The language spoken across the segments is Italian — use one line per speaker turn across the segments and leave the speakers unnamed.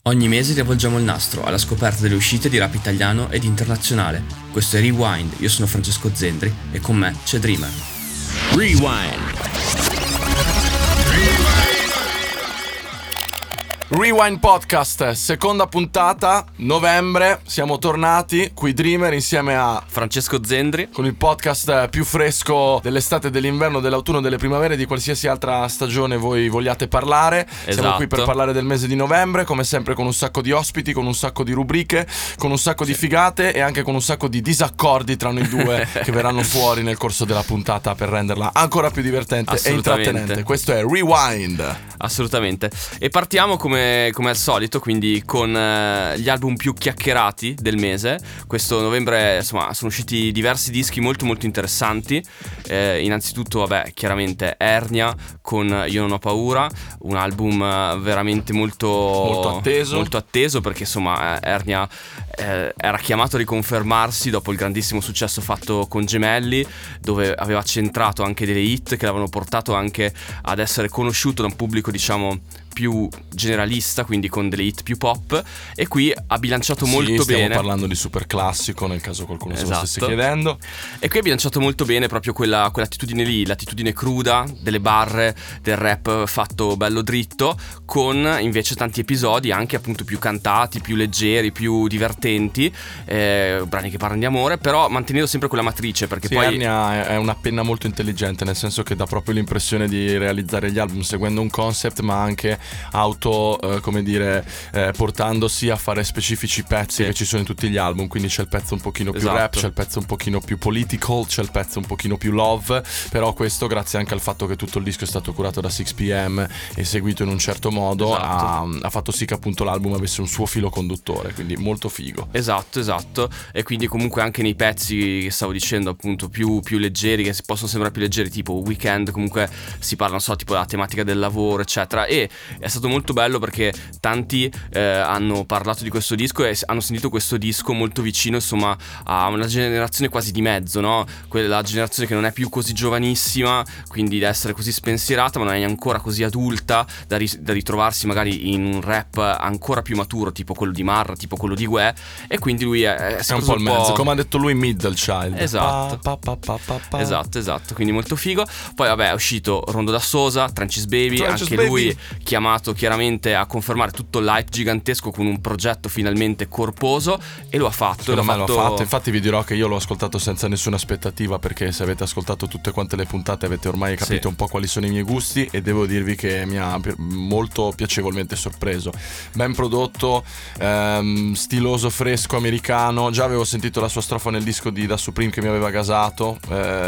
Ogni mese rivolgiamo il nastro alla scoperta delle uscite di rap italiano ed internazionale. Questo è Rewind, io sono Francesco Zendri e con me c'è Dreamer.
Rewind Podcast, seconda puntata, novembre, siamo tornati qui Dreamer insieme a
Francesco Zendri
con il podcast più fresco dell'estate, dell'inverno, dell'autunno, delle primavere, di qualsiasi altra stagione voi vogliate parlare. Siamo qui per parlare del mese di novembre, come sempre con un sacco di ospiti, con un sacco di rubriche, con un sacco di figate e anche con un sacco di disaccordi tra noi due che verranno fuori nel corso della puntata per renderla ancora più divertente e intrattenente. Questo è Rewind.
Assolutamente. E partiamo come al solito, quindi con gli album più chiacchierati del mese. Questo novembre, insomma, sono usciti diversi dischi molto molto interessanti. Innanzitutto, vabbè, chiaramente Ernia con Io non ho paura, un album veramente molto atteso perché insomma Ernia era chiamato a riconfermarsi dopo il grandissimo successo fatto con Gemelli, dove aveva centrato anche delle hit che l'avevano portato anche ad essere conosciuto da un pubblico, diciamo, più generalista, quindi con delle hit più pop, e qui ha bilanciato molto bene.
Stiamo parlando di super classico, nel caso qualcuno se lo stesse chiedendo.
E qui ha bilanciato molto bene proprio quell'attitudine lì, l'attitudine cruda delle barre, del rap fatto bello dritto, con invece tanti episodi anche appunto più cantati, più leggeri, più divertenti, brani che parlano di amore, però mantenendo sempre quella matrice, perché poi
Ernia è una penna molto intelligente, nel senso che dà proprio l'impressione di realizzare gli album seguendo un concept, ma anche portandosi a fare specifici pezzi che ci sono in tutti gli album. Quindi c'è il pezzo un pochino più rap, c'è il pezzo un pochino più political, c'è il pezzo un pochino più love. Però questo grazie anche al fatto che tutto il disco è stato curato da 6pm e seguito in un certo modo, ha fatto sì che appunto l'album avesse un suo filo conduttore, quindi molto figo.
Esatto. E quindi comunque anche nei pezzi che stavo dicendo, appunto più leggeri, che possono sembrare più leggeri, tipo Weekend, comunque si parla, non so, tipo della tematica del lavoro eccetera. E è stato molto bello perché tanti hanno parlato di questo disco e hanno sentito questo disco molto vicino, insomma, a una generazione quasi di mezzo, no? Quella generazione che non è più così giovanissima, quindi da essere così spensierata, ma non è ancora così adulta da ritrovarsi magari in un rap ancora più maturo, tipo quello di Marra, tipo quello di Guè. E quindi lui è
un po' il mezzo, come ha detto lui, middle child.
Esatto. Quindi molto figo. Poi vabbè, è uscito Rondo da Sosa, Trenches Baby, lui chiamato chiaramente a confermare tutto l'hype gigantesco con un progetto finalmente corposo, e lo ha fatto.
L'ha fatto. Infatti vi dirò che io l'ho ascoltato senza nessuna aspettativa, perché se avete ascoltato tutte quante le puntate avete ormai capito un po' quali sono i miei gusti, e devo dirvi che mi ha molto piacevolmente sorpreso. Ben prodotto, stiloso, fresco, americano. Già avevo sentito la sua strofa nel disco di Da Supreme che mi aveva gasato.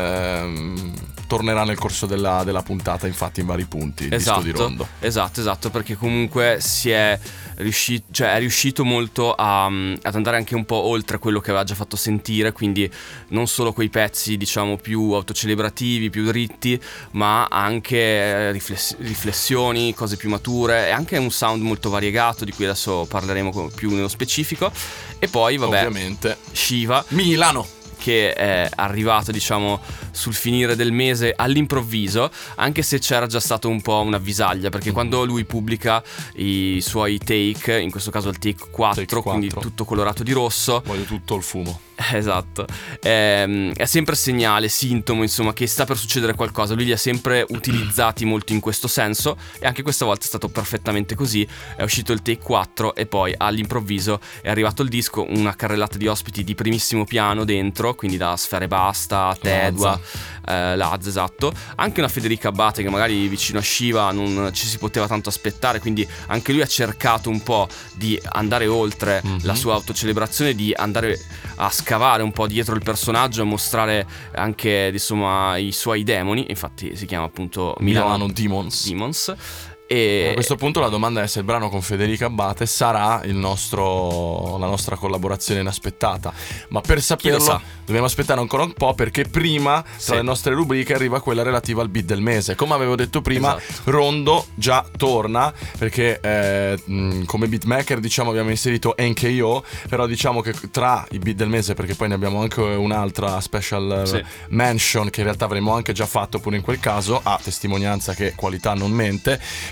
Tornerà nel corso della puntata, infatti, in vari punti il disco di Rondo.
Esatto, perché comunque è riuscito molto ad andare anche un po' oltre quello che aveva già fatto sentire, quindi non solo quei pezzi, diciamo, più autocelebrativi, più dritti, ma anche riflessioni, cose più mature, e anche un sound molto variegato, di cui adesso parleremo più nello specifico. E poi vabbè, ovviamente Shiva
Milano,
che è arrivato, diciamo, sul finire del mese all'improvviso, anche se c'era già stato un po' un'avvisaglia, perché quando lui pubblica i suoi take, in questo caso il take 4, quindi tutto colorato di rosso,
voglio tutto il fumo.
Esatto, è sempre segnale, sintomo, insomma, che sta per succedere qualcosa. Lui li ha sempre utilizzati molto in questo senso, e anche questa volta è stato perfettamente così. È uscito il take 4 e poi all'improvviso è arrivato il disco, una carrellata di ospiti di primissimo piano dentro, quindi da Sfere Basta, Tedua, Laz, esatto. Anche una Federica Abbate che magari vicino a Shiva non ci si poteva tanto aspettare, quindi anche lui ha cercato un po' di andare oltre la sua autocelebrazione, di andare a scavare un po' dietro il personaggio, a mostrare anche, insomma, i suoi demoni. Infatti si chiama appunto Milano Demons. E
a questo punto la domanda è se il brano con Federica Abbate sarà la nostra collaborazione inaspettata, ma per saperlo dobbiamo aspettare ancora un po', perché prima tra le nostre rubriche arriva quella relativa al beat del mese. Come avevo detto prima, Rondo già torna, perché come beatmaker, diciamo, abbiamo inserito NKO, però diciamo che tra i beat del mese, perché poi ne abbiamo anche un'altra special mention che in realtà avremmo anche già fatto pure in quel caso, a testimonianza che qualità non mente.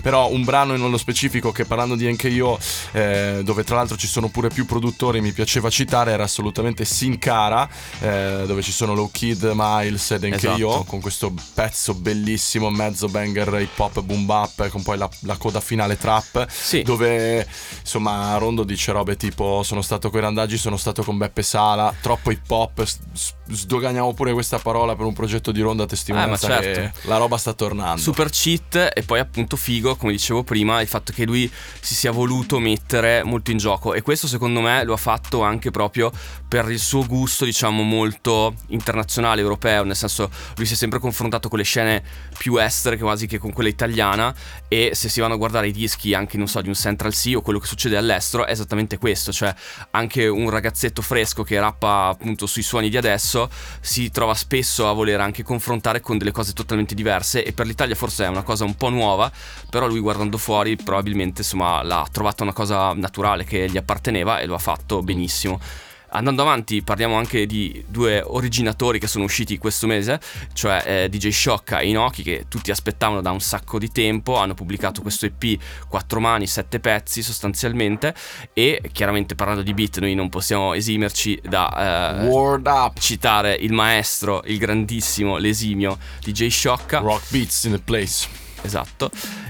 Però un brano nello specifico che, parlando di NKO, dove tra l'altro ci sono pure più produttori, mi piaceva citare, era assolutamente Sin Cara, dove ci sono Low Kid, Miles ed NKO, esatto, con questo pezzo bellissimo, mezzo banger hip hop boom bap, con poi la coda finale trap, sì, dove insomma Rondo dice robe tipo: sono stato coi Randaggi, sono stato con Beppe Sala, troppo hip hop, sdoganiamo pure questa parola per un progetto di Rondo, a testimonianza certo, che la roba sta tornando.
Super cheat. E poi appunto figo, come dicevo prima, il fatto che lui si sia voluto mettere molto in gioco, e questo secondo me lo ha fatto anche proprio per il suo gusto, diciamo, molto internazionale, europeo, nel senso, lui si è sempre confrontato con le scene più estere quasi che con quella italiana, e se si vanno a guardare i dischi anche, non so, di un Central C o quello che succede all'estero, è esattamente questo, cioè anche un ragazzetto fresco che rappa appunto sui suoni di adesso si trova spesso a voler anche confrontare con delle cose totalmente diverse, e per l'Italia forse è una cosa un po' nuova, però lui guardando fuori probabilmente insomma l'ha trovata una cosa naturale che gli apparteneva e lo ha fatto benissimo. Andando avanti parliamo anche di due originatori che sono usciti questo mese, cioè DJ Sciocca e Inoki, che tutti aspettavano da un sacco di tempo. Hanno pubblicato questo EP 4 mani, 7 pezzi sostanzialmente, e chiaramente parlando di beat noi non possiamo esimerci da
Word Up,
citare il maestro, il grandissimo, l'esimio DJ Sciocca.
Rock Beats in the place.
Esatto,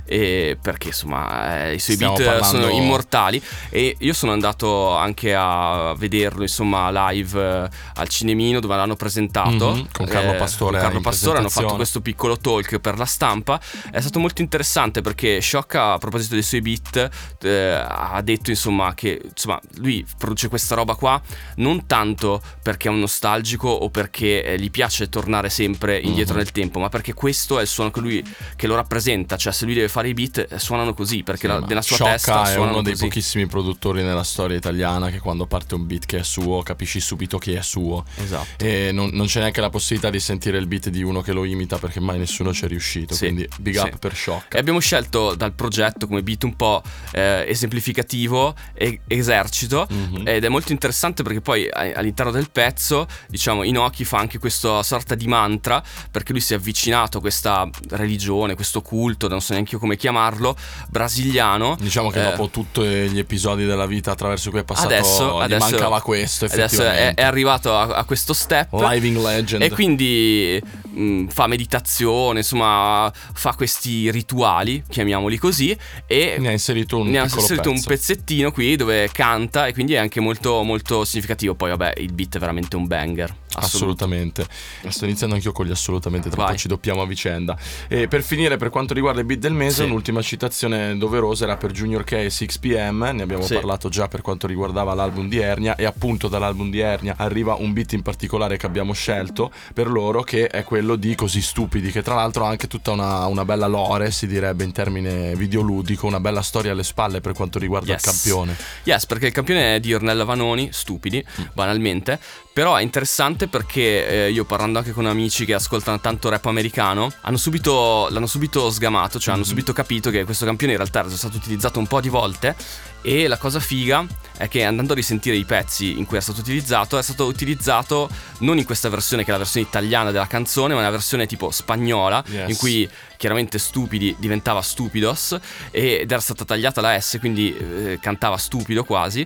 e perché insomma i suoi beat sono immortali, e io sono andato anche a vederlo insomma live al Cinemino, dove l'hanno presentato
con Carlo Pastore.
Con Carlo Pastore hanno fatto questo piccolo talk per la stampa. È stato molto interessante perché Sciocca, a proposito dei suoi beat, ha detto insomma che insomma lui produce questa roba qua non tanto perché è un nostalgico o perché gli piace tornare sempre indietro nel tempo, ma perché questo è il suono che lo rappresenta. Cioè se lui deve fare i beat suonano così, perché nella sua
Sciocca
testa
è uno dei
così.
Pochissimi produttori nella storia italiana che quando parte un beat che è suo capisci subito che è suo.
Esatto.
E non c'è neanche la possibilità di sentire il beat di uno che lo imita, perché mai nessuno ci è riuscito. Sì, quindi big up per Sciocca.
E abbiamo scelto dal progetto come beat un po' esemplificativo e esercito, ed è molto interessante perché poi all'interno del pezzo, diciamo, Inoki fa anche questa sorta di mantra, perché lui si è avvicinato a questa religione, questo culto, non so neanche io come chiamarlo, brasiliano.
Diciamo che dopo tutti gli episodi della vita attraverso cui è passato, gli mancava questo, effettivamente.
Adesso è arrivato a questo step,
Living Legend,
e quindi fa meditazione, insomma fa questi rituali, chiamiamoli così, e
ne ha inserito un
pezzettino qui dove canta, e quindi è anche molto molto significativo. Poi vabbè, il beat è veramente un banger.
Assolutamente. Sto iniziando anch'io con gli assolutamente, tra poco ci doppiamo a vicenda. E per finire, per quanto riguarda i beat del mese, un'ultima citazione doverosa era per Junior K e 6pm. Ne abbiamo parlato già per quanto riguardava l'album di Ernia, e appunto dall'album di Ernia arriva un beat in particolare che abbiamo scelto per loro, che è quello di Così Stupidi, che tra l'altro ha anche tutta una bella lore, si direbbe in termine videoludico, una bella storia alle spalle per quanto riguarda il campione.
Perché il campione è di Ornella Vanoni, Stupidi, banalmente. Però è interessante perché io, parlando anche con amici che ascoltano tanto rap americano, l'hanno subito sgamato, cioè hanno subito capito che questo campione in realtà era già stato utilizzato un po' di volte. E la cosa figa è che, andando a risentire i pezzi in cui è stato utilizzato non in questa versione che è la versione italiana della canzone, ma nella versione tipo spagnola, in cui chiaramente Stupidi diventava Stupidos ed era stata tagliata la S, quindi cantava stupido quasi,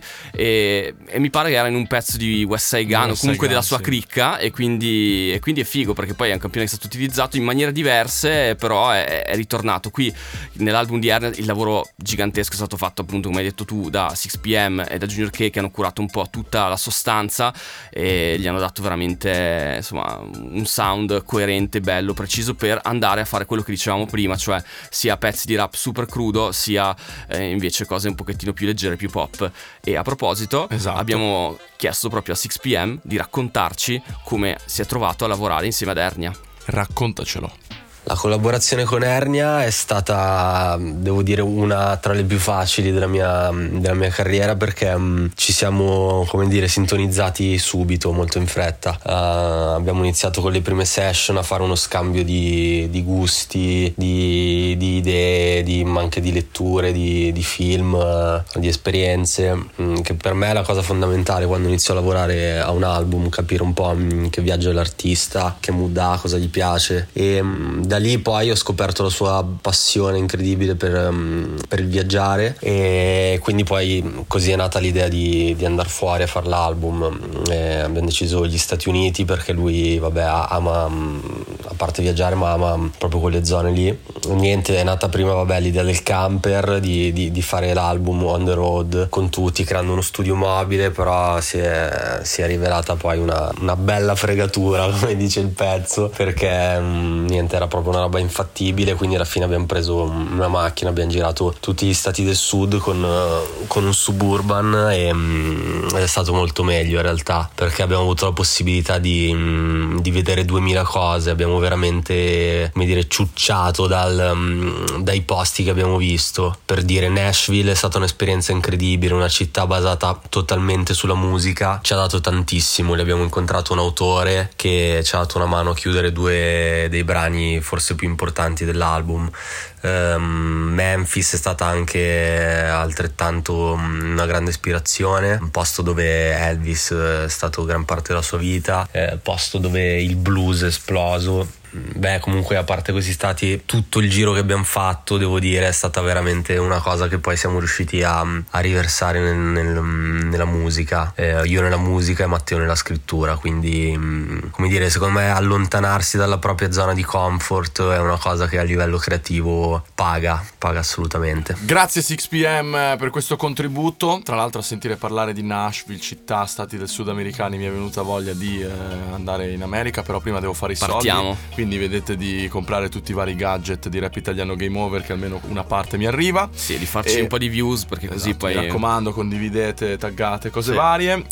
e mi pare che era in un pezzo di West Side Gun o comunque della sua cricca, e quindi è figo perché poi è un campione che è stato utilizzato in maniere diverse, però è ritornato. Qui nell'album di Ernest il lavoro gigantesco è stato fatto, appunto, come hai detto tu, da 6pm e da Junior K, che hanno curato un po' tutta la sostanza e gli hanno dato veramente, insomma, un sound coerente, bello, preciso, per andare a fare quello che dicevamo prima, cioè sia pezzi di rap super crudo, sia invece cose un pochettino più leggere, più pop. E a proposito, abbiamo chiesto proprio a 6pm di raccontarci come si è trovato a lavorare insieme ad Ernia.
Raccontacelo.
La collaborazione con Ernia è stata, devo dire, una tra le più facili della mia carriera, perché ci siamo, come dire, sintonizzati subito, molto in fretta. Abbiamo iniziato con le prime session a fare uno scambio di gusti, di idee, anche di letture, di film, di esperienze, che per me è la cosa fondamentale quando inizio a lavorare a un album, capire un po' che viaggio è l'artista, che mood ha, cosa gli piace. E Da lì poi ho scoperto la sua passione incredibile per il viaggiare, e quindi poi così è nata l'idea di andare fuori a fare l'album. Abbiamo deciso gli Stati Uniti perché lui ama, a parte viaggiare, ma ama proprio quelle zone lì. Niente, è nata prima l'idea del camper, di fare l'album on the road con tutti, creando uno studio mobile, però si è rivelata poi una bella fregatura, come dice il pezzo, perché niente, era proprio una roba infattibile. Quindi alla fine abbiamo preso una macchina, abbiamo girato tutti gli stati del sud con un Suburban, e è stato molto meglio in realtà, perché abbiamo avuto la possibilità di vedere 2000 cose. Abbiamo veramente, come dire, ciucciato dai posti che abbiamo visto. Per dire, Nashville è stata un'esperienza incredibile, una città basata totalmente sulla musica, ci ha dato tantissimo. Lì abbiamo incontrato un autore che ci ha dato una mano a chiudere 2 dei brani forse più importanti dell'album. Memphis è stata anche altrettanto una grande ispirazione, un posto dove Elvis è stato gran parte della sua vita, posto dove il blues è esploso. Comunque, a parte questi stati, tutto il giro che abbiamo fatto, devo dire, è stata veramente una cosa che poi siamo riusciti a riversare nella musica, io nella musica e Matteo nella scrittura. Quindi, come dire, secondo me allontanarsi dalla propria zona di comfort è una cosa che a livello creativo paga assolutamente.
Grazie 6pm per questo contributo. Tra l'altro, a sentire parlare di Nashville, città, stati del sud americani, mi è venuta voglia di andare in America, però prima devo fare i
Partiamo.
soldi. Quindi vedete di comprare tutti i vari gadget di Rap Italiano Game Over, che almeno una parte mi arriva.
Sì, di farci un po' di views, perché così poi...
Mi raccomando, condividete, taggate, cose varie.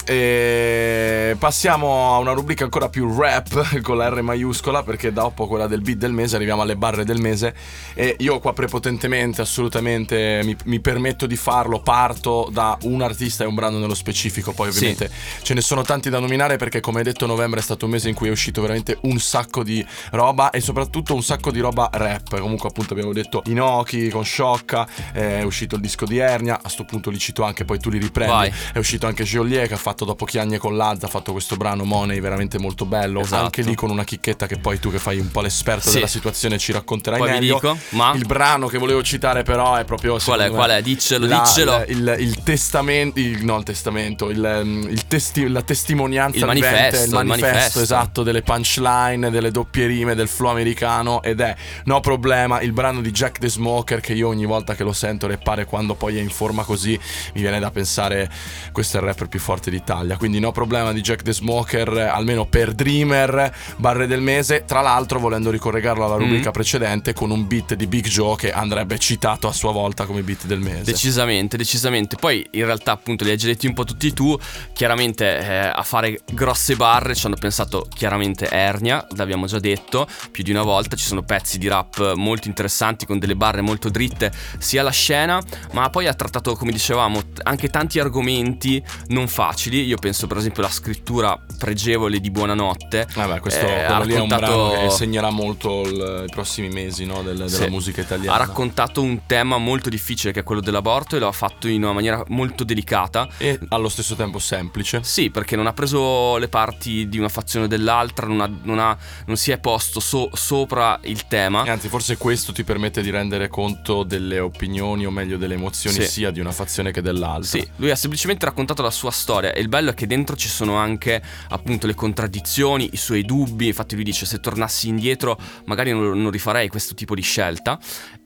E passiamo a una rubrica ancora più rap, con la R maiuscola, perché dopo quella del beat del mese arriviamo alle barre del mese. E io qua prepotentemente, assolutamente, mi permetto di farlo. Parto da un artista e un brano nello specifico. Poi ovviamente ce ne sono tanti da nominare, perché come hai detto novembre è stato un mese in cui è uscito veramente un sacco di roba, e soprattutto un sacco di roba rap. Comunque appunto abbiamo detto Inoki con Sciocca, è uscito il disco di Ernia, a sto punto li cito anche, poi tu li riprendi.
Vai.
È uscito anche Geolier, che ha fatto dopo Chiagne con Lazza, ha fatto questo brano Money veramente molto bello.
Esatto.
Anche lì con una chicchetta che poi tu, che fai un po' l'esperto della situazione, ci racconterai
poi
meglio.
Vi dico, ma
il brano che volevo citare però è proprio
qual è? Diccelo.
Il testamento, la testimonianza
il
vivente, il
manifesto,
manifesto esatto, delle punchline, delle doppie rime, del flow americano, ed è No Problema, il brano di Jack the Smoker, che io ogni volta che lo sento rappare, quando poi è in forma così, mi viene da pensare questo è il rapper più forte d'Italia. Quindi No Problema di Jack the Smoker, almeno per Dreamer, barre del mese. Tra l'altro, volendo ricollegarlo alla rubrica precedente, con un beat di Big Joe che andrebbe citato a sua volta come beat del mese.
Decisamente. Poi in realtà appunto li hai già detti un po' tutti tu. Chiaramente a fare grosse barre ci hanno pensato chiaramente Ernia, l'abbiamo già detto più di una volta. Ci sono pezzi di rap molto interessanti con delle barre molto dritte sia la scena, ma poi ha trattato, come dicevamo, anche tanti argomenti non facili. Io penso per esempio alla scrittura pregevole di Buonanotte.
Questo lì è un brano che segnerà molto i prossimi mesi, no, della musica italiana.
Ha raccontato un tema molto difficile, che è quello dell'aborto, e lo ha fatto in una maniera molto delicata
e allo stesso tempo semplice.
Sì, perché non ha preso le parti di una fazione o dell'altra, non si è posto sopra il tema.
E anzi, forse questo ti permette di rendere conto delle opinioni, o meglio delle emozioni, sia di una fazione che dell'altra.
Sì, lui ha semplicemente raccontato la sua storia, e il bello è che dentro ci sono anche appunto le contraddizioni, i suoi dubbi. Infatti lui dice: se tornassi indietro magari non rifarei questo tipo di scelta.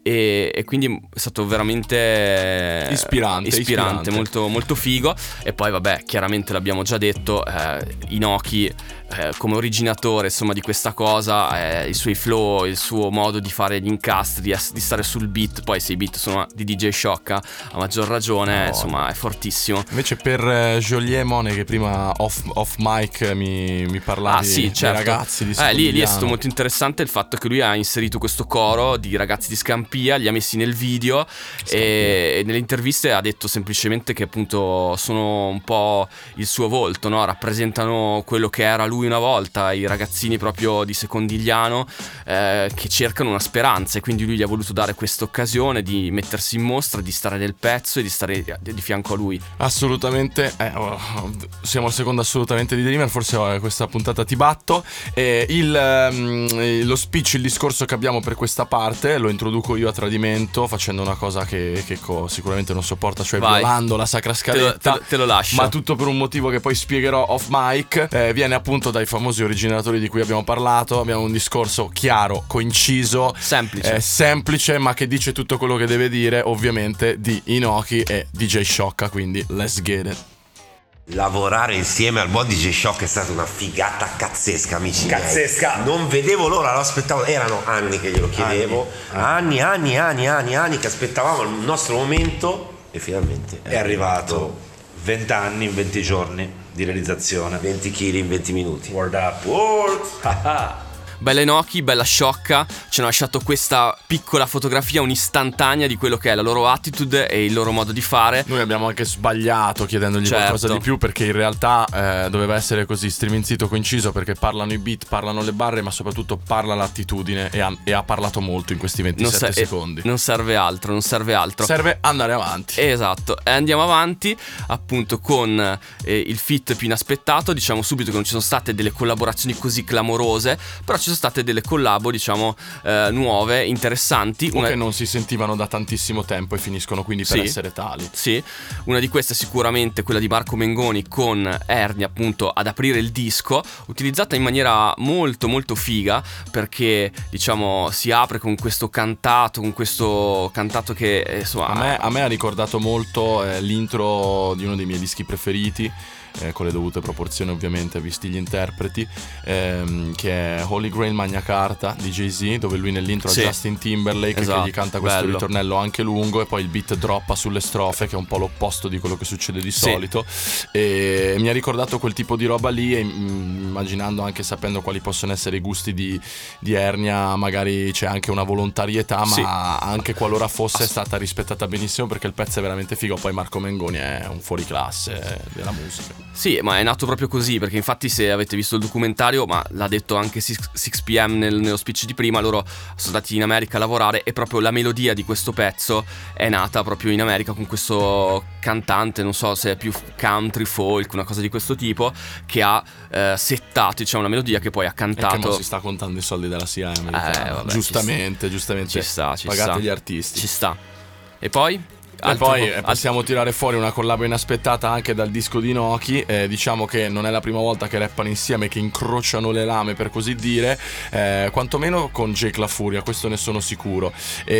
E quindi è stato veramente ispirante. Molto, molto figo. E poi vabbè, chiaramente l'abbiamo già detto, Inoki come originatore insomma di questa cosa, i suoi flow, il suo modo di fare gli incastri, di stare sul beat. Poi se i beat sono di DJ Sciocca, a maggior ragione, insomma è fortissimo.
Invece per Geolier Mone, che prima off mic mi parlavi
certo.
dei ragazzi di
lì è stato molto interessante il fatto che lui ha inserito questo coro di ragazzi di Scampia, li ha messi nel video, e nelle interviste ha detto semplicemente che appunto sono un po' il suo volto, no? Rappresentano quello che era lui una volta, i ragazzini proprio di secondo Candigliano, che cercano una speranza, e quindi lui gli ha voluto dare questa occasione di mettersi in mostra, di stare nel pezzo e di stare di fianco a lui.
Assolutamente, siamo al secondo assolutamente di Dreamer, forse questa puntata ti batto. Lo speech, il discorso che abbiamo per questa parte lo introduco io a tradimento, facendo una cosa che sicuramente non sopporta, cioè violando la sacra scaletta.
Te lo lascio.
Ma tutto per un motivo che poi spiegherò off mic. Viene appunto dai famosi originatori di cui abbiamo parlato. Abbiamo un discorso chiaro, coinciso, semplice, ma che dice tutto quello che deve dire, ovviamente, di Inoki e DJ Sciocca, quindi let's get it.
Lavorare insieme al buon DJ Shock è stata una figata cazzesca, amici.
Cazzesca.
Miei. Non vedevo l'ora, lo aspettavo. Erano anni che glielo chiedevo. Anni che aspettavamo il nostro momento. E finalmente
è arrivato. 20 anni in 20 giorni di realizzazione.
20 kg in 20 minuti.
Word up. World.
Bella Inoki, bella Sciocca, ci hanno lasciato questa piccola fotografia, un'istantanea di quello che è la loro attitude e il loro modo di fare.
Noi abbiamo anche sbagliato chiedendogli qualcosa di più, perché in realtà doveva essere così striminzito, coinciso, perché parlano i beat, parlano le barre, ma soprattutto parla l'attitudine, e ha parlato molto in questi 27 secondi.
Non serve altro.
Serve andare avanti.
Esatto, e andiamo avanti appunto con il feat più inaspettato. Diciamo subito che non ci sono state delle collaborazioni così clamorose, però ci sono state delle collabo, diciamo, nuove, interessanti.
Che non si sentivano da tantissimo tempo e finiscono quindi per essere tali.
Sì, una di queste è sicuramente quella di Marco Mengoni con Ernia, appunto, ad aprire il disco, utilizzata in maniera molto molto figa, perché diciamo si apre con questo cantato che insomma
a me ha ricordato molto l'intro di uno dei miei dischi preferiti, con le dovute proporzioni ovviamente visti gli interpreti, che è Holy Grail Magna Carta di Jay-Z, dove lui nell'intro ha Justin Timberlake, che gli canta questo ritornello anche lungo, e poi il beat droppa sulle strofe, che è un po' l'opposto di quello che succede di solito, e mi ha ricordato quel tipo di roba lì, e immaginando, anche sapendo quali possono essere i gusti di Ernia, magari c'è anche una volontarietà, ma anche qualora fosse stata rispettata benissimo, perché il pezzo è veramente figo. Poi Marco Mengoni è un fuoriclasse della musica.
Sì, ma è nato proprio così, perché infatti se avete visto il documentario, ma l'ha detto anche 6pm nello speech di prima, loro sono andati in America a lavorare, e proprio la melodia di questo pezzo è nata proprio in America con questo cantante, non so se è più country, folk, una cosa di questo tipo, che ha settato, diciamo, una melodia che poi ha cantato.
E che non si sta contando i soldi della CIA americana.
Vabbè,
giustamente
ci sta,
pagate gli artisti.
Ci sta. E poi?
E poi possiamo tirare fuori una collabo inaspettata anche dal disco di Inoki. Diciamo che non è la prima volta che rappano insieme, che incrociano le lame, per così dire, quantomeno con Jake La Furia, questo ne sono sicuro.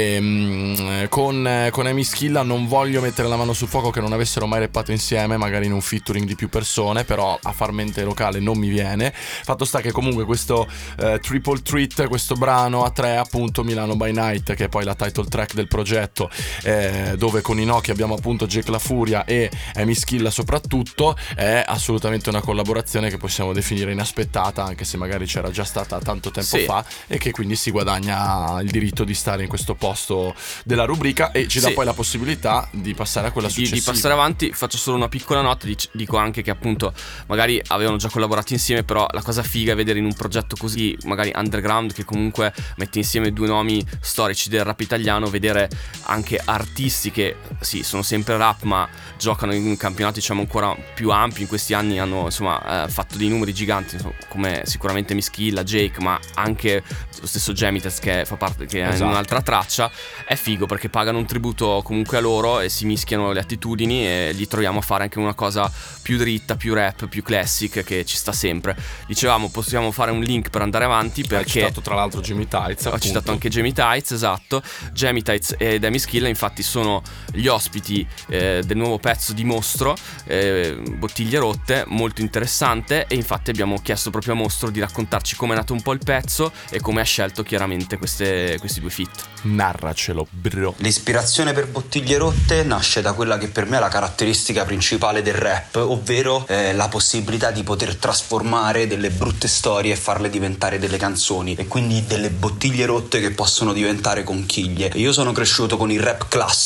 Con Amy Schilla non voglio mettere la mano sul fuoco che non avessero mai rappato insieme, magari in un featuring di più persone, però a far mente locale non mi viene. Fatto sta che comunque questo Triple Treat, questo brano a 3, appunto, Milano by Night, che è poi la title track del progetto, dove con Inoki abbiamo appunto Jake La Furia e Amy Schilla soprattutto, è assolutamente una collaborazione che possiamo definire inaspettata, anche se magari c'era già stata tanto tempo fa, e che quindi si guadagna il diritto di stare in questo posto della rubrica, e ci dà poi la possibilità di passare a quella successiva.
Di passare avanti. Faccio solo una piccola nota, dico anche che appunto magari avevano già collaborato insieme, però la cosa figa è vedere in un progetto così magari underground, che comunque mette insieme due nomi storici del rap italiano, vedere anche artisti che sì, sono sempre rap, ma giocano in campionati, diciamo, ancora più ampi. In questi anni hanno, insomma, fatto dei numeri giganti, insomma, come sicuramente Mischilla, Jake, ma anche lo stesso Gemitez, che fa parte, che è in un'altra traccia. È figo perché pagano un tributo comunque a loro e si mischiano le attitudini, e li troviamo a fare anche una cosa più dritta, più rap, più classic, che ci sta sempre. Dicevamo, possiamo fare un link per andare avanti, perché
ho citato tra l'altro Jamie Tights,
ho citato anche Jamie Tights, esatto. Jamie Tights e Demi Schilla infatti sono gli ospiti del nuovo pezzo di Mostro, Bottiglie Rotte, molto interessante, e infatti abbiamo chiesto proprio a Mostro di raccontarci come è nato un po' il pezzo e come ha scelto chiaramente questi due feat.
Narracelo, bro.
L'ispirazione per Bottiglie Rotte nasce da quella che per me è la caratteristica principale del rap, ovvero la possibilità di poter trasformare delle brutte storie e farle diventare delle canzoni, e quindi delle bottiglie rotte che possono diventare conchiglie. Io sono cresciuto con il rap classico, il rap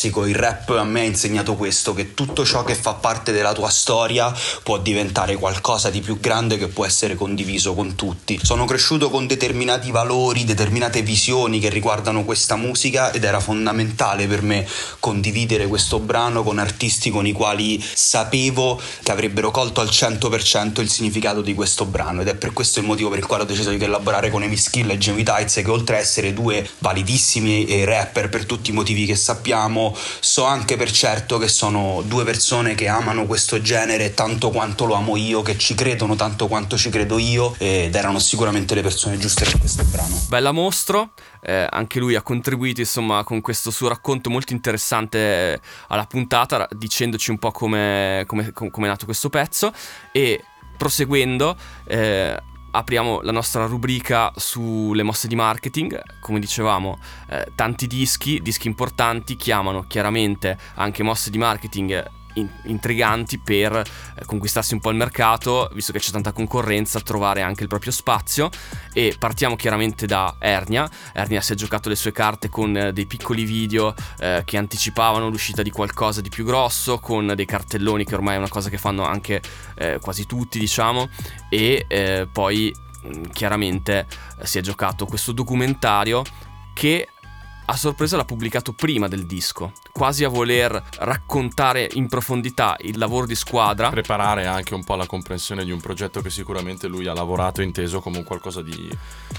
rap a me ha insegnato questo, che tutto ciò che fa parte della tua storia può diventare qualcosa di più grande che può essere condiviso con tutti. Sono cresciuto con determinati valori, determinate visioni che riguardano questa musica, ed era fondamentale per me condividere questo brano con artisti con i quali sapevo che avrebbero colto al 100% il significato di questo brano, ed è per questo il motivo per il quale ho deciso di collaborare con Amy Skill e Jamie Tights, che oltre a essere due validissimi rapper per tutti i motivi che sappiamo, so anche per certo che sono due persone che amano questo genere tanto quanto lo amo io, che ci credono tanto quanto ci credo io, ed erano sicuramente le persone giuste per questo brano.
Bella Mostro, anche lui ha contribuito insomma con questo suo racconto molto interessante alla puntata, dicendoci un po' come è nato questo pezzo. E proseguendo apriamo la nostra rubrica sulle mosse di marketing. Come dicevamo, tanti dischi importanti chiamano chiaramente anche mosse di marketing intriganti per conquistarsi un po' il mercato, visto che c'è tanta concorrenza, trovare anche il proprio spazio. E partiamo chiaramente da Ernia si è giocato le sue carte con dei piccoli video che anticipavano l'uscita di qualcosa di più grosso, con dei cartelloni, che ormai è una cosa che fanno anche quasi tutti, diciamo. E poi chiaramente si è giocato questo documentario che a sorpresa l'ha pubblicato prima del disco, quasi a voler raccontare in profondità il lavoro di squadra,
preparare anche un po' la comprensione di un progetto che sicuramente lui ha lavorato, inteso come qualcosa di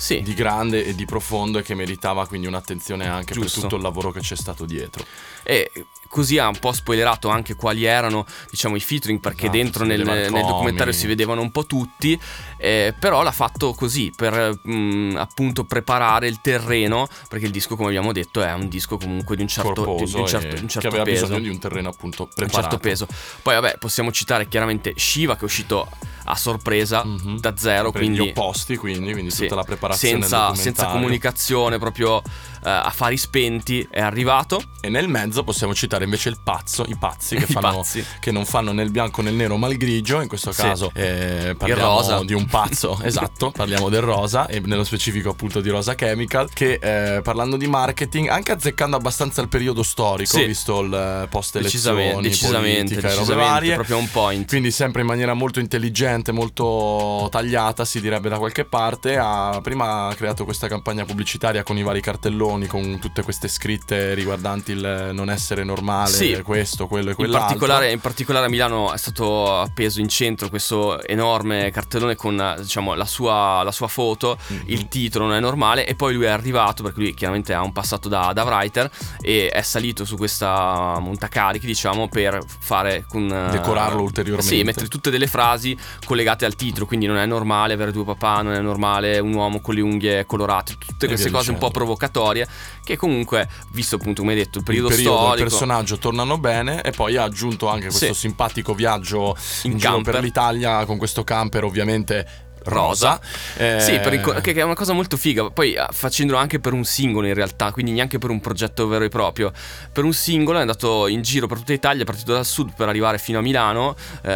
grande e di profondo, e che meritava quindi un'attenzione anche per tutto il lavoro che c'è stato dietro.
E così ha un po' spoilerato anche quali erano, diciamo, i featuring, perché dentro nel documentario si vedevano un po' tutti, però l'ha fatto così per appunto preparare il terreno, perché il disco, come abbiamo detto, è un disco comunque di un certo,
corposo,
un certo
che aveva
peso,
bisogno di un terreno appunto preparato,
un certo peso. Poi vabbè, possiamo citare chiaramente Shiva, che è uscito a sorpresa da zero,
per
quindi
gli opposti, quindi tutta la preparazione
senza comunicazione, proprio affari spenti, è arrivato.
E nel mezzo possiamo citare invece i pazzi che non fanno né il bianco né il nero ma il grigio. In questo caso parliamo di un pazzo esatto, parliamo del Rosa, e nello specifico appunto di Rosa Chemical, che parlando di marketing, anche azzeccando abbastanza il periodo storico, visto il post elezioni, politica e robe varie,
proprio un point.
Quindi sempre in maniera molto intelligente, molto tagliata, si direbbe da qualche parte. Prima ha creato questa campagna pubblicitaria con i vari cartelloni, con tutte queste scritte riguardanti il non essere normale, questo, quello e quell'altro.
In particolare a Milano è stato appeso in centro questo enorme cartellone con, diciamo, la sua foto, il titolo non è normale, e poi lui è arrivato, perché lui chiaramente ha un passato da writer, e è salito su questa montacarichi, diciamo, per fare
decorarlo ulteriormente.
Sì, mettere tutte delle frasi collegate al titolo, quindi non è normale avere due papà, non è normale un uomo con le unghie colorate, tutte queste cose un po' provocatorie, che comunque, visto appunto, come hai detto, il periodo storico,
il personaggio, tornano bene. E poi ha aggiunto anche questo simpatico viaggio in giro per l'Italia con questo camper ovviamente rosa.
Sì, che è una cosa molto figa. Poi facendolo anche per un singolo, in realtà, quindi neanche per un progetto vero e proprio. Per un singolo è andato in giro per tutta Italia, è partito dal sud per arrivare fino a Milano,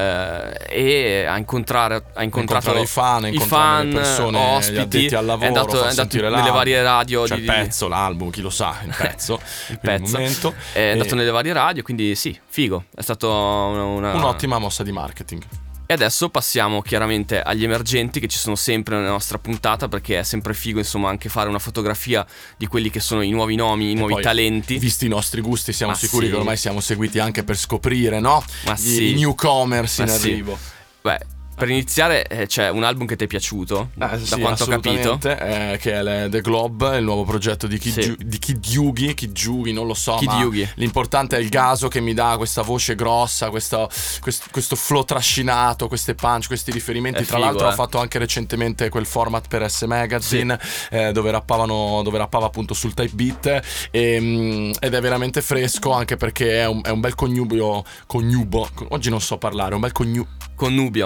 e ha incontrato
i fan, le persone,
ospiti,
gli addetti al lavoro,
è andato nelle varie radio,
il pezzo, l'album, chi lo sa, il pezzo momento.
È andato nelle varie radio, quindi sì, figo. È stato
un'ottima mossa di marketing.
E adesso passiamo chiaramente agli emergenti, che ci sono sempre nella nostra puntata, perché è sempre figo, insomma, anche fare una fotografia di quelli che sono i nuovi nomi, i nuovi talenti.
Visti i nostri gusti, siamo sicuri che ormai siamo seguiti anche per scoprire, no? I newcomers in arrivo.
Beh, per iniziare c'è un album che ti è piaciuto, da quanto ho capito,
che è The Globe, il nuovo progetto di Kid Yugi, non lo so,
Kid Yugi.
L'importante è il gaso che mi dà questa voce grossa, questo flow trascinato, queste punch, questi riferimenti. Tra l'altro ha fatto anche recentemente quel format per S Magazine, dove rappava appunto sul type beat, ed è veramente fresco, anche perché è un bel connubio, oggi non so parlare, un bel connubio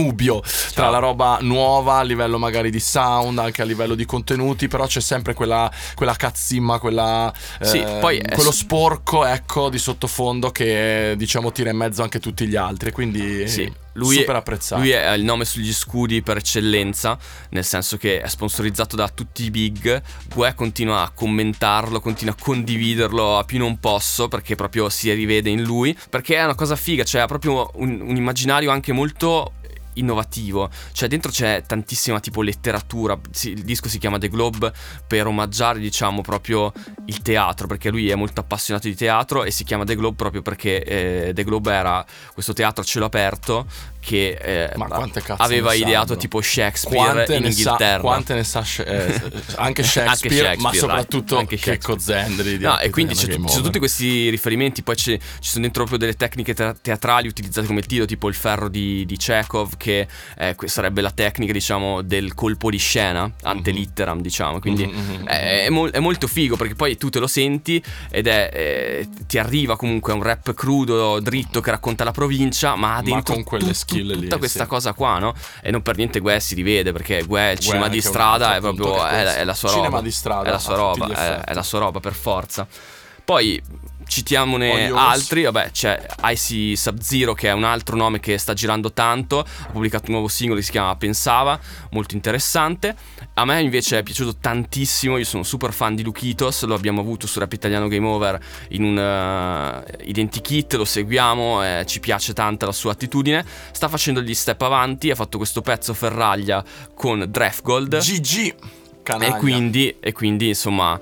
connubio tra la roba nuova a livello magari di sound, anche a livello di contenuti, però c'è sempre quella cazzimma, quello sporco, ecco, di sottofondo che diciamo tira in mezzo anche tutti gli altri, quindi super apprezzato.
Lui è il nome sugli scudi per eccellenza, nel senso che è sponsorizzato da tutti i big. Gue continua a commentarlo, continua a condividerlo a più non posso, perché proprio si rivede in lui, perché è una cosa figa, cioè ha proprio un immaginario anche molto innovativo, cioè dentro c'è tantissima tipo letteratura. Il disco si chiama The Globe per omaggiare, diciamo, proprio il teatro, perché lui è molto appassionato di teatro, e si chiama The Globe proprio perché The Globe era questo teatro a cielo aperto che aveva ideato tipo Shakespeare in Inghilterra.
Quante ne sa anche Shakespeare, ma soprattutto anche Checco Zendri.
E quindi ci sono tutti questi riferimenti. Poi ci sono dentro proprio delle tecniche teatrali utilizzate come tiro, tipo il ferro di Chekhov, che sarebbe la tecnica, diciamo, del colpo di scena ante litteram, diciamo. Quindi è molto figo, perché poi tu te lo senti ed ti arriva comunque un rap crudo, dritto, che racconta la provincia, ma dentro
con quelle skill
tutta questa cosa qua, no? E non per niente Gue si rivede, perché Gue il cinema di strada è proprio è la sua roba.
Cinema di strada,
è la sua roba, è la sua roba per forza. Poi citiamone altri, vabbè, c'è Icy Sub-Zero, che è un altro nome che sta girando tanto, ha pubblicato un nuovo singolo che si chiama Pensava, molto interessante. A me invece è piaciuto tantissimo, io sono super fan di Lukitos, lo abbiamo avuto su Rap Italiano Game Over in un identikit, lo seguiamo, ci piace tanto la sua attitudine, sta facendo gli step avanti, ha fatto questo pezzo Ferraglia con Draftgold.
GG!
E quindi insomma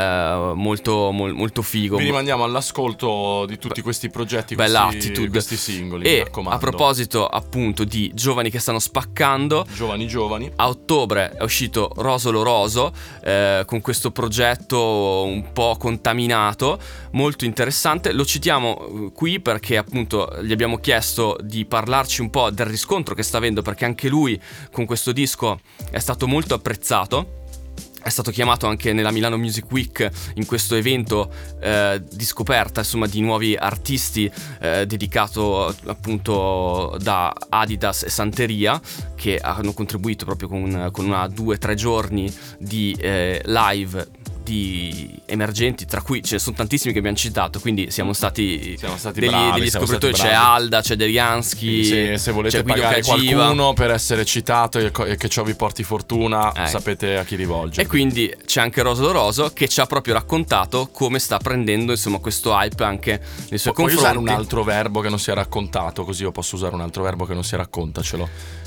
molto figo.
Vi rimandiamo all'ascolto di tutti questi progetti, questi singoli.
E a proposito appunto di giovani che stanno spaccando,
giovani,
a ottobre è uscito Rosolo Roso, con questo progetto un po' contaminato, molto interessante. Lo citiamo qui perché appunto gli abbiamo chiesto di parlarci un po' del riscontro che sta avendo, perché anche lui con questo disco è stato molto apprezzato. È stato chiamato anche nella Milano Music Week, in questo evento di scoperta, insomma, di nuovi artisti, dedicato appunto da Adidas e Santeria, che hanno contribuito proprio con una 2-3 giorni di live di emergenti, tra cui ce ne sono tantissimi che abbiamo citato, quindi siamo stati degli scopritori. C'è Alda, c'è Deliansky,
se volete pagare qualcuno per essere citato e che ciò vi porti fortuna, sapete a chi rivolgere.
E quindi c'è anche Rosolo Roso, che ci ha proprio raccontato come sta prendendo, insomma, questo hype anche nei suoi confronti.
Puoi usare un altro verbo che non sia raccontato, così io posso usare un altro verbo che non sia raccontacelo.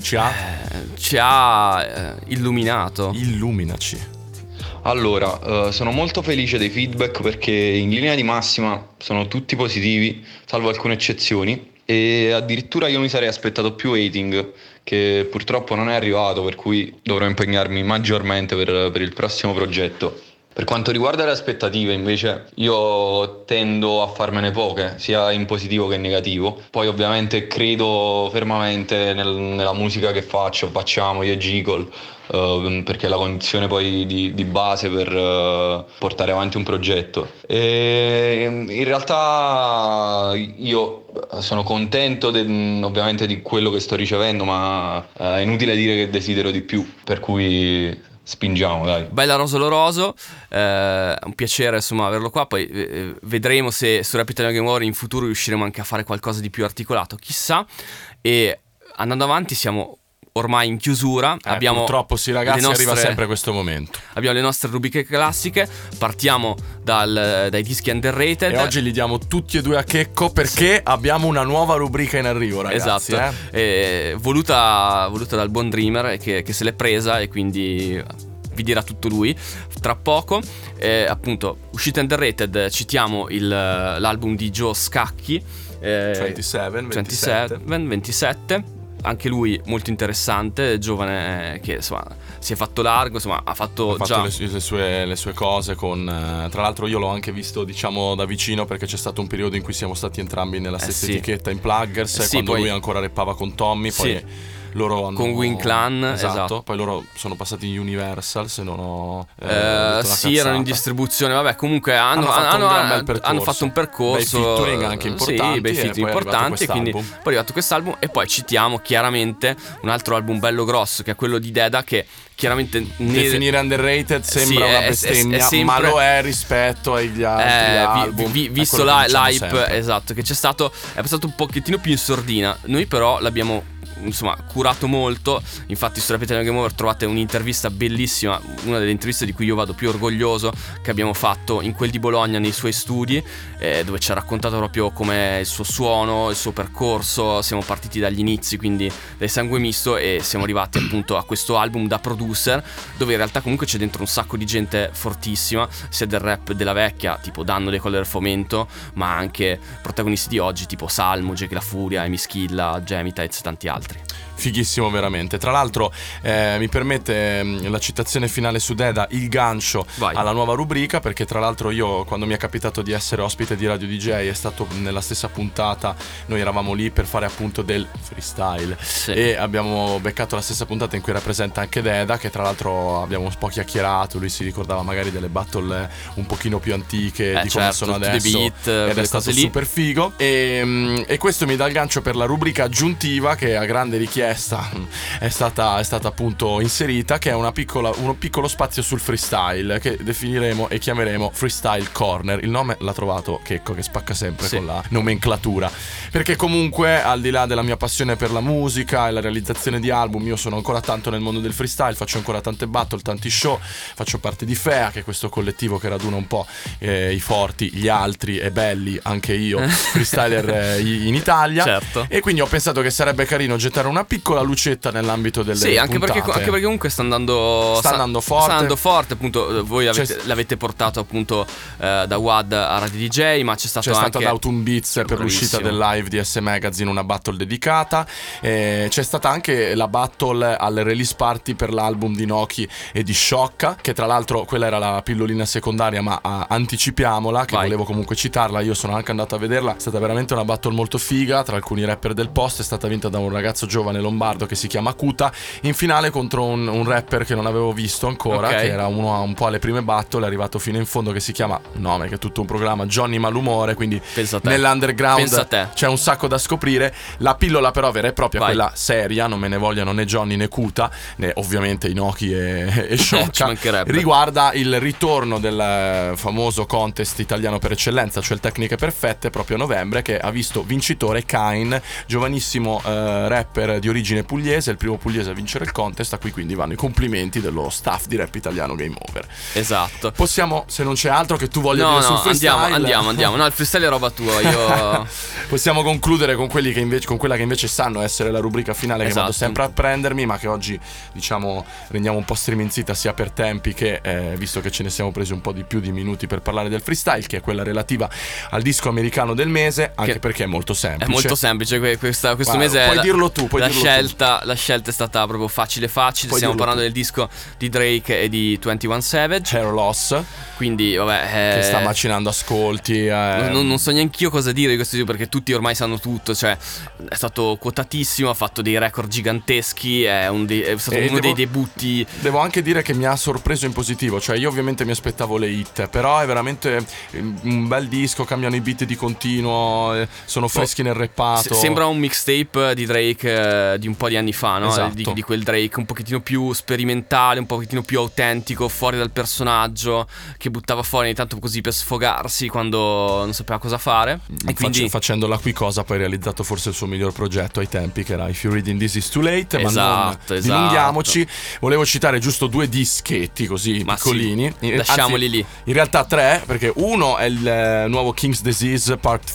Ci ha illuminato.
Illuminaci.
Allora, sono molto felice dei feedback, perché in linea di massima sono tutti positivi, salvo alcune eccezioni, e addirittura io mi sarei aspettato più hating, che purtroppo non è arrivato, per cui dovrò impegnarmi maggiormente per il prossimo progetto. Per quanto riguarda le aspettative, invece, io tendo a farmene poche, sia in positivo che in negativo. Poi ovviamente credo fermamente nella musica che facciamo io e Gigol, perché è la condizione poi di base per portare avanti un progetto. E in realtà io sono contento ovviamente di quello che sto ricevendo, ma è inutile dire che desidero di più, per cui spingiamo, dai.
Bella Rosolo Roso, un piacere insomma averlo qua. Poi vedremo se su Rap Italiano Game Over in futuro riusciremo anche a fare qualcosa di più articolato, chissà. E andando avanti siamo ormai in chiusura, abbiamo
purtroppo sì ragazzi, arriva sempre questo momento.
Abbiamo le nostre rubriche classiche, partiamo dai dischi underrated,
e oggi li diamo tutti e due a Checco, perché abbiamo una nuova rubrica in arrivo, ragazzi.
Esatto, voluta dal buon Dreamer, che se l'è presa, e quindi vi dirà tutto lui tra poco. Appunto, uscite underrated, citiamo l'album di Joe Scacchi, 27. Anche lui molto interessante, giovane, che insomma si è fatto largo, insomma ha fatto già
le sue cose con tra l'altro io l'ho anche visto, diciamo, da vicino, perché c'è stato un periodo in cui siamo stati entrambi nella stessa etichetta in Pluggers, quando lui ancora rappava con Tommy, poi loro hanno
con Wing Clan,
esatto. Poi loro sono passati in Universal, se non ho
sì, erano in distribuzione. Vabbè, comunque hanno fatto un percorso,
bei featuring anche importanti,
sì, bei featuring importanti, quindi poi è arrivato quest'album. E poi citiamo chiaramente un altro album bello grosso, che è quello di Deda, che chiaramente
definire underrated sembra una bestemmia, sempre, ma lo è rispetto agli altri album,
visto l'hype, esatto, che c'è stato. È passato un pochettino più in sordina. Noi però l'abbiamo curato molto. Infatti su Rap Italiano Game Over trovate un'intervista bellissima, una delle interviste di cui io vado più orgoglioso, che abbiamo fatto in quel di Bologna, nei suoi studi, dove ci ha raccontato proprio com'è il suo suono, il suo percorso. Siamo partiti dagli inizi, quindi dai Sangue Misto, e siamo arrivati appunto a questo album da producer, dove in realtà comunque c'è dentro un sacco di gente fortissima, sia del rap della vecchia, tipo Danno dei Colle del Fomento, ma anche protagonisti di oggi tipo Salmo, Jake La Furia, Amy Schilla, Gemitites e tanti altri.
Fighissimo veramente. Tra l'altro mi permette la citazione finale su Deda, il gancio alla nuova rubrica, perché tra l'altro io, quando mi è capitato di essere ospite di Radio DJ, è stato nella stessa puntata, noi eravamo lì per fare appunto del freestyle, e abbiamo beccato la stessa puntata in cui rappresenta anche Deda, che tra l'altro abbiamo un po' chiacchierato. Lui si ricordava magari delle battle un pochino più antiche di come sono adesso,
beat,
ed è stato super figo, e questo mi dà il gancio per la rubrica aggiuntiva, che a grande richiesta è stata appunto inserita, che è uno piccolo spazio sul freestyle, che definiremo e chiameremo Freestyle Corner. Il nome l'ha trovato Checco, che spacca sempre con la nomenclatura, perché comunque al di là della mia passione per la musica e la realizzazione di album, io sono ancora tanto nel mondo del freestyle, faccio ancora tante battle, tanti show, faccio parte di FEA, che è questo collettivo che raduna un po' i forti, gli altri e belli, anche io, freestyler in Italia.
Certo.
E quindi ho pensato che sarebbe carino gettare una piccola lucetta nell'ambito delle
anche
puntate.
perché comunque sta andando forte, appunto. Voi l'avete portato appunto da WAD a Radio DJ, ma c'è stato anche
da Autumn Beats per l'uscita del live di S Magazine, una battle dedicata, c'è stata anche la battle al release party per l'album di Noki e di Sciocca, che tra l'altro quella era la pillolina secondaria, ma anticipiamola, che volevo comunque citarla. Io sono anche andato a vederla, è stata veramente una battle molto figa tra alcuni rapper del post, è stata vinta da un ragazzo giovane lombardo che si chiama Kuta, in finale contro un rapper che non avevo visto ancora, che era uno un po' alle prime battle, è arrivato fino in fondo, che si chiama, nome che è tutto un programma, Johnny Malumore, quindi nell'underground c'è un sacco da scoprire. La pillola però vera e propria, quella seria, non me ne vogliano né Johnny né Kuta, né ovviamente Inoki e Sciocca, riguarda il ritorno del famoso contest italiano per eccellenza, cioè il Tecniche Perfette, proprio a novembre, che ha visto vincitore Kain, giovanissimo rapper di origine pugliese, il primo pugliese a vincere il contest, a cui quindi vanno i complimenti dello staff di Rap Italiano Game Over.
Esatto.
Possiamo, se non c'è altro che tu voglia dire sul freestyle,
andiamo. No, il freestyle è roba tua. Io
possiamo concludere con quelli che invece, con quella che invece sanno essere la rubrica finale, che vado sempre a prendermi, ma che oggi diciamo rendiamo un po' striminzita sia per tempi che visto che ce ne siamo presi un po' di più di minuti per parlare del freestyle, che è quella relativa al disco americano del mese, anche perché è molto semplice.
È molto semplice questo mese.
Puoi dirlo tu.
La scelta è stata proprio facile. Stiamo parlando del disco di Drake e di 21 Savage,
Hair Loss,
quindi vabbè,
che sta macinando ascolti.
Non so neanche io cosa dire di questo disco, perché tutti ormai sanno tutto. Cioè, è stato quotatissimo, ha fatto dei record giganteschi, è stato uno dei debutti.
Devo anche dire che mi ha sorpreso in positivo. Cioè, io ovviamente mi aspettavo le hit, però è veramente un bel disco, cambiano i beat di continuo, sono freschi nel rappato.
Sembra un mixtape di Drake di un po' di anni fa, no?
Esatto.
Di quel Drake un pochettino più sperimentale, un pochettino più autentico, fuori dal personaggio, che buttava fuori ogni tanto così per sfogarsi quando non sapeva cosa fare. E quindi
facendo la cui cosa poi ha realizzato forse il suo miglior progetto ai tempi, che era If You Reading This Is Too Late. Ma non dilunghiamoci. Volevo citare giusto 2 dischetti così piccolini,
lasciamoli lì.
In realtà 3, perché uno è il nuovo King's Disease Part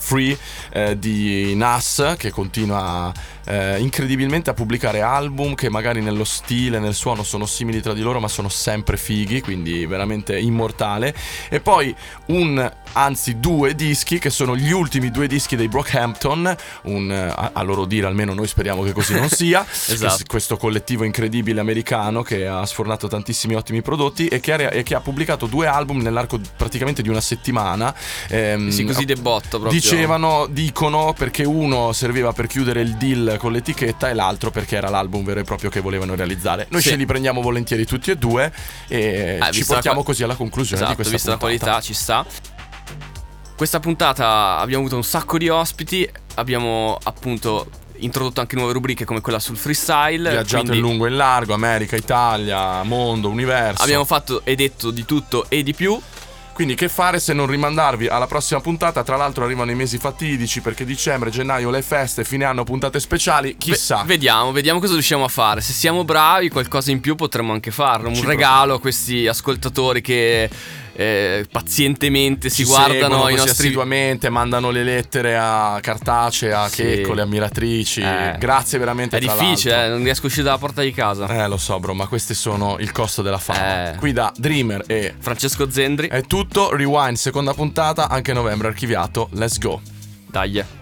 3 di Nas, che continua incredibilmente a pubblicare album che magari nello stile, nel suono sono simili tra di loro, ma sono sempre fighi, quindi veramente immortale. E poi 2 dischi che sono gli ultimi 2 dischi dei Brockhampton, Hampton, a loro dire, almeno noi speriamo che così non sia.
Esatto.
Questo collettivo incredibile americano che ha sfornato tantissimi ottimi prodotti e che ha pubblicato 2 album nell'arco praticamente di una settimana.
Sì, così debotto proprio.
Dicono perché uno serviva per chiudere il deal con l'etichetta e l'altro perché era l'album vero e proprio che volevano realizzare. Noi ce li prendiamo volentieri tutti e due e ci portiamo così alla conclusione di questa
vista
puntata.
La qualità ci sta. Questa puntata abbiamo avuto un sacco di ospiti, abbiamo appunto introdotto anche nuove rubriche come quella sul freestyle.
Viaggiato in lungo e in largo, America, Italia, mondo, universo.
Abbiamo fatto e detto di tutto e di più.
Quindi che fare se non rimandarvi alla prossima puntata? Tra l'altro arrivano i mesi fatidici perché dicembre, gennaio, le feste, fine anno, puntate speciali, chissà.
Vediamo cosa riusciamo a fare. Se siamo bravi, qualcosa in più potremmo anche farlo. Un regalo a questi ascoltatori che pazientemente si guardano i nostri
assiduamente, mandano le lettere a cartacea, checcole, ammiratrici. Grazie veramente.
È difficile, non riesco a uscire dalla porta di casa.
Lo so, bro, ma questi sono il costo della fama. Qui da Dreamer e
Francesco Zendri
è tutto. Rewind, seconda puntata, anche novembre archiviato. Let's go.
Dai.